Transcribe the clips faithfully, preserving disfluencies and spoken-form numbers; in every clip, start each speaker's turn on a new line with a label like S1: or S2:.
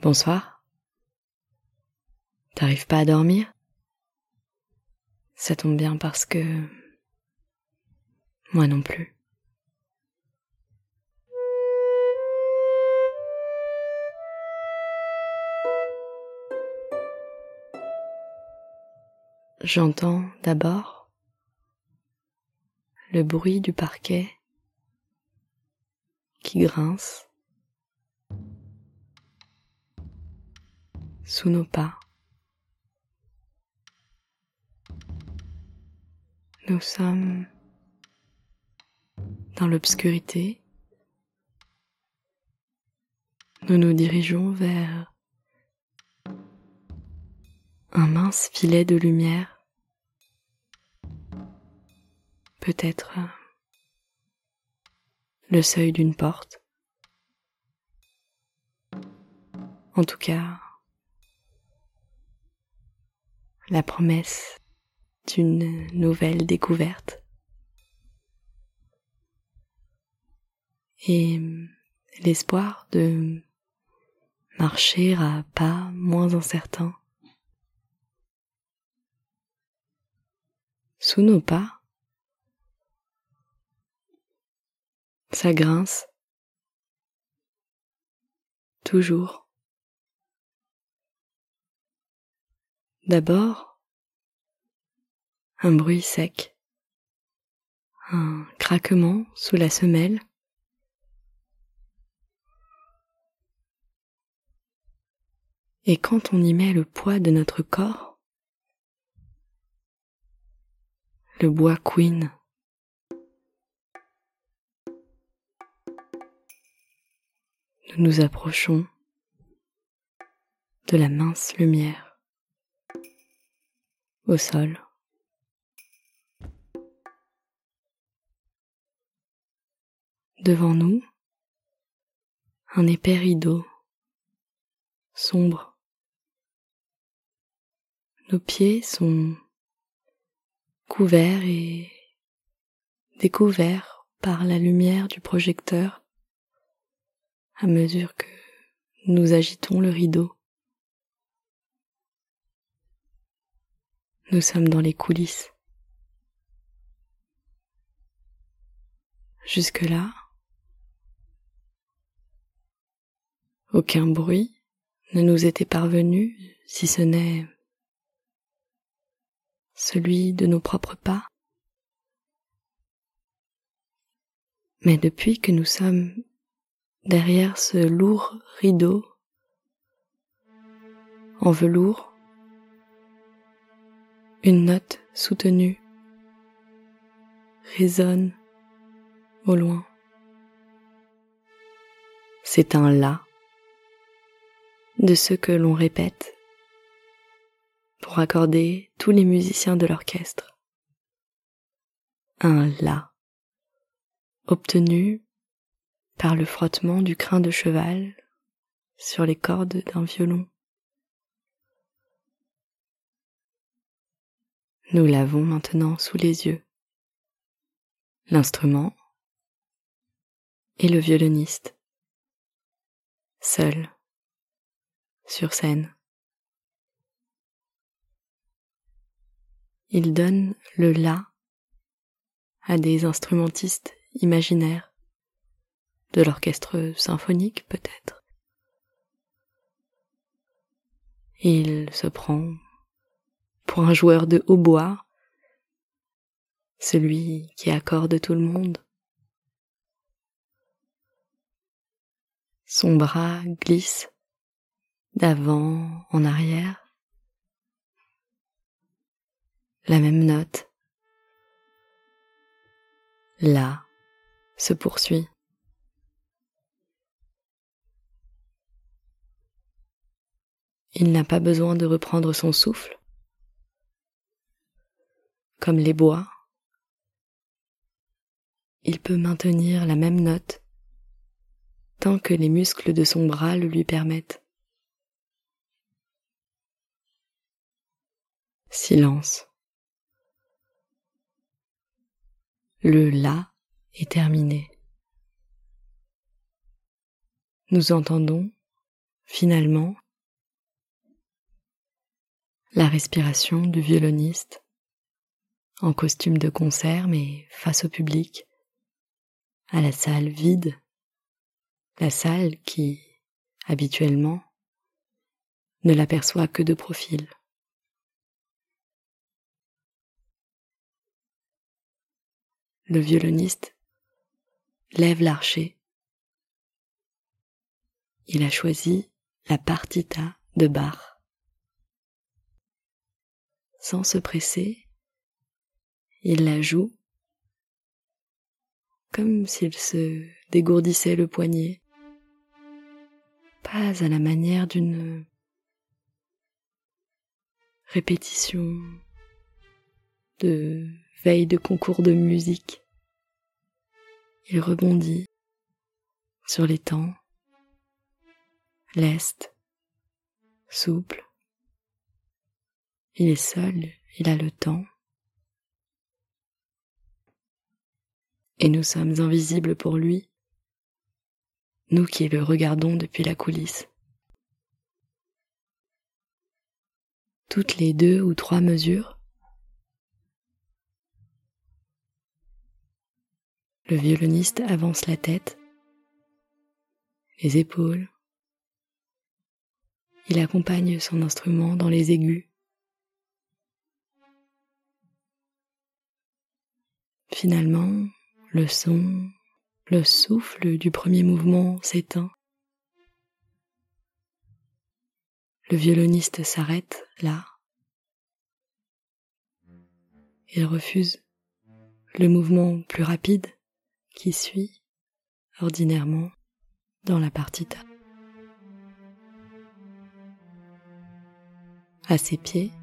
S1: Bonsoir. T'arrives pas à dormir? Ça tombe bien parce que... moi non plus. J'entends d'abord le bruit du parquet qui grince sous nos pas. Nous sommes dans l'obscurité. Nous nous dirigeons vers un mince filet de lumière, peut-être le seuil d'une porte. En tout cas, la promesse d'une nouvelle découverte. Et l'espoir de marcher à pas moins incertains. Sous nos pas, ça grince. Toujours. D'abord, un bruit sec, un craquement sous la semelle. Et quand on y met le poids de notre corps, le bois couine. Nous nous approchons de la mince lumière au sol. Devant nous, un épais rideau sombre. Nos pieds sont couverts et découverts par la lumière du projecteur à mesure que nous agitons le rideau. Nous sommes dans les coulisses. Jusque-là, aucun bruit ne nous était parvenu, si ce n'est celui de nos propres pas. Mais depuis que nous sommes derrière ce lourd rideau en velours, une note soutenue résonne au loin. C'est un la de ce que l'on répète pour accorder tous les musiciens de l'orchestre. Un la obtenu par le frottement du crin de cheval sur les cordes d'un violon. Nous l'avons maintenant sous les yeux. L'instrument et le violoniste, seul, sur scène. Il donne le la à des instrumentistes imaginaires, de l'orchestre symphonique peut-être. Il se prend pour un joueur de hautbois, celui qui accorde tout le monde. Son bras glisse d'avant en arrière. La même note. La se poursuit. Il n'a pas besoin de reprendre son souffle. Comme les bois, il peut maintenir la même note tant que les muscles de son bras le lui permettent. Silence. Le la est terminé. Nous entendons finalement, la respiration du violoniste, en costume de concert mais face au public, à la salle vide, la salle qui, habituellement, ne l'aperçoit que de profil. Le violoniste lève l'archet. Il a choisi la partita de Bach. Sans se presser, il la joue comme s'il se dégourdissait le poignet, pas à la manière d'une répétition de veille de concours de musique. Il rebondit sur les temps, leste, souple. Il est seul, il a le temps. Et nous sommes invisibles pour lui, nous qui le regardons depuis la coulisse. Toutes les deux ou trois mesures, le violoniste avance la tête, les épaules. Il accompagne son instrument dans les aigus. Finalement, le son, le souffle du premier mouvement s'éteint. Le violoniste s'arrête là. Il refuse le mouvement plus rapide qui suit ordinairement dans la partita. À ses pieds,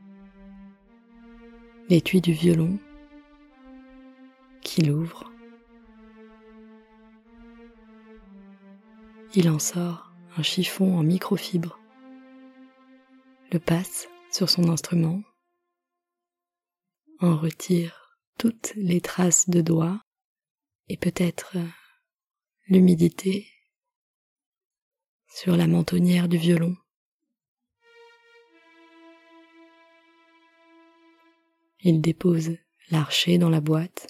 S1: l'étui du violon qu'il ouvre. Il en sort un chiffon en microfibre, le passe sur son instrument, en retire toutes les traces de doigts et peut-être l'humidité sur la mentonnière du violon. Il dépose l'archet dans la boîte.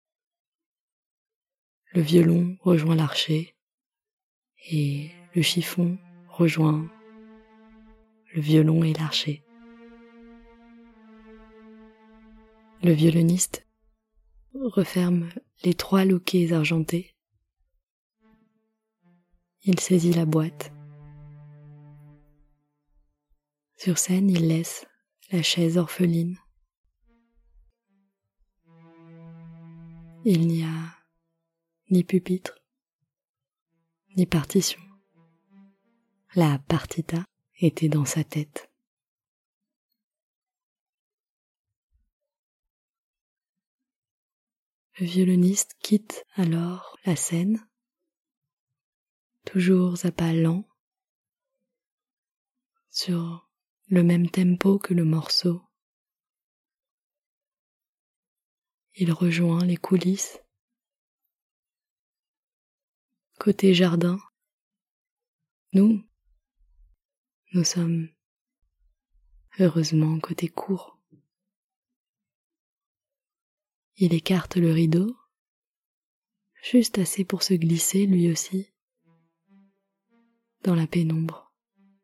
S1: Le violon rejoint l'archet et le chiffon rejoint le violon et l'archet. Le violoniste referme les trois loquets argentés. Il saisit la boîte. Sur scène, il laisse la chaise orpheline. Il n'y a ni pupitre, ni partition. La partita était dans sa tête. Le violoniste quitte alors la scène, toujours à pas lents, sur le même tempo que le morceau. Il rejoint les coulisses. Côté jardin, nous, nous sommes heureusement côté cour. Il écarte le rideau, juste assez pour se glisser lui aussi, dans la pénombre.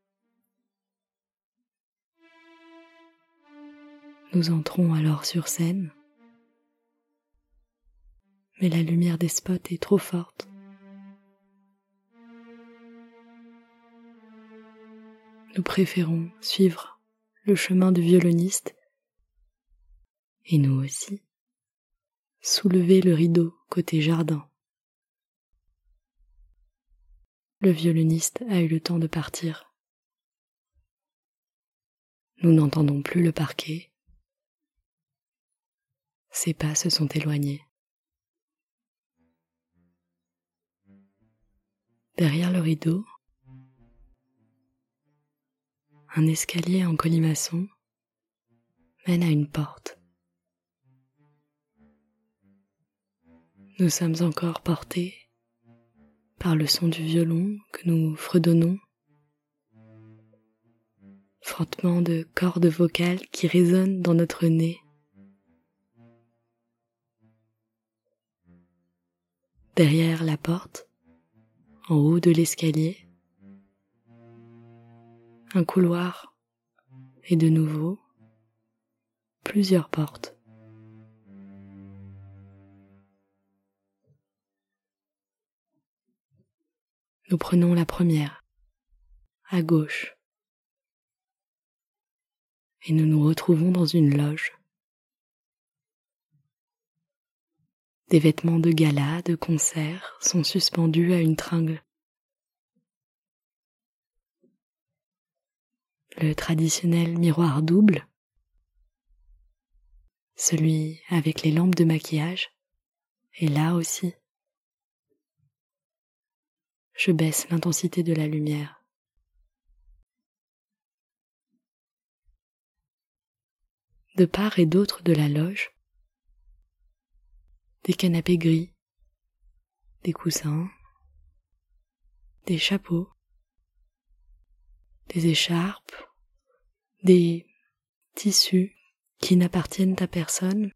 S1: Nous entrons alors sur scène, mais la lumière des spots est trop forte. Nous préférons suivre le chemin du violoniste et nous aussi soulever le rideau côté jardin. Le violoniste a eu le temps de partir. Nous n'entendons plus le parquet. Ses pas se sont éloignés. Derrière le rideau, un escalier en colimaçon mène à une porte. Nous sommes encore portés par le son du violon que nous fredonnons frottement de cordes vocales qui résonnent dans notre nez. Derrière la porte, en haut de l'escalier, un couloir et de nouveau plusieurs portes. Nous prenons la première, à gauche, et nous nous retrouvons dans une loge. Des vêtements de gala, de concert sont suspendus à une tringle. Le traditionnel miroir double, celui avec les lampes de maquillage, est là aussi. Je baisse l'intensité de la lumière. De part et d'autre de la loge, des canapés gris, des coussins, des chapeaux, des écharpes, des tissus qui n'appartiennent à personne,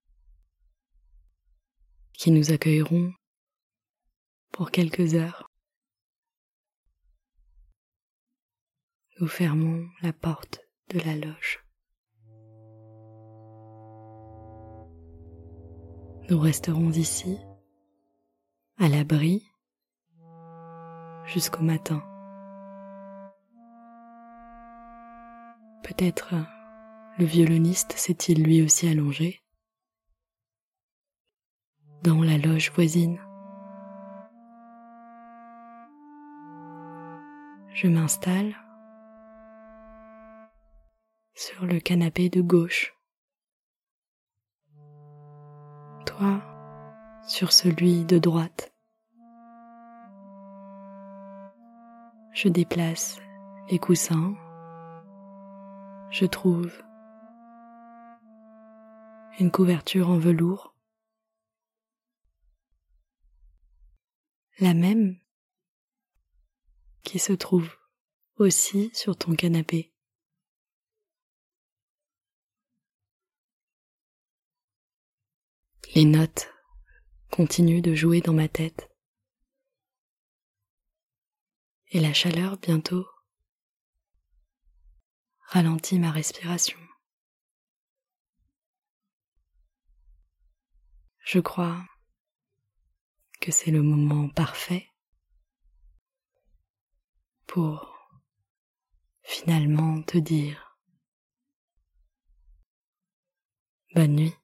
S1: qui nous accueilleront pour quelques heures. Nous fermons la porte de la loge. Nous resterons ici, à l'abri, jusqu'au matin. Peut-être le violoniste s'est-il lui aussi allongé dans la loge voisine. Je m'installe sur le canapé de gauche. Toi, sur celui de droite. Je déplace les coussins. Je trouve une couverture en velours, la même qui se trouve aussi sur ton canapé. Les notes continuent de jouer dans ma tête. Et la chaleur bientôt ralentit ma respiration. Je crois que c'est le moment parfait pour finalement te dire bonne nuit.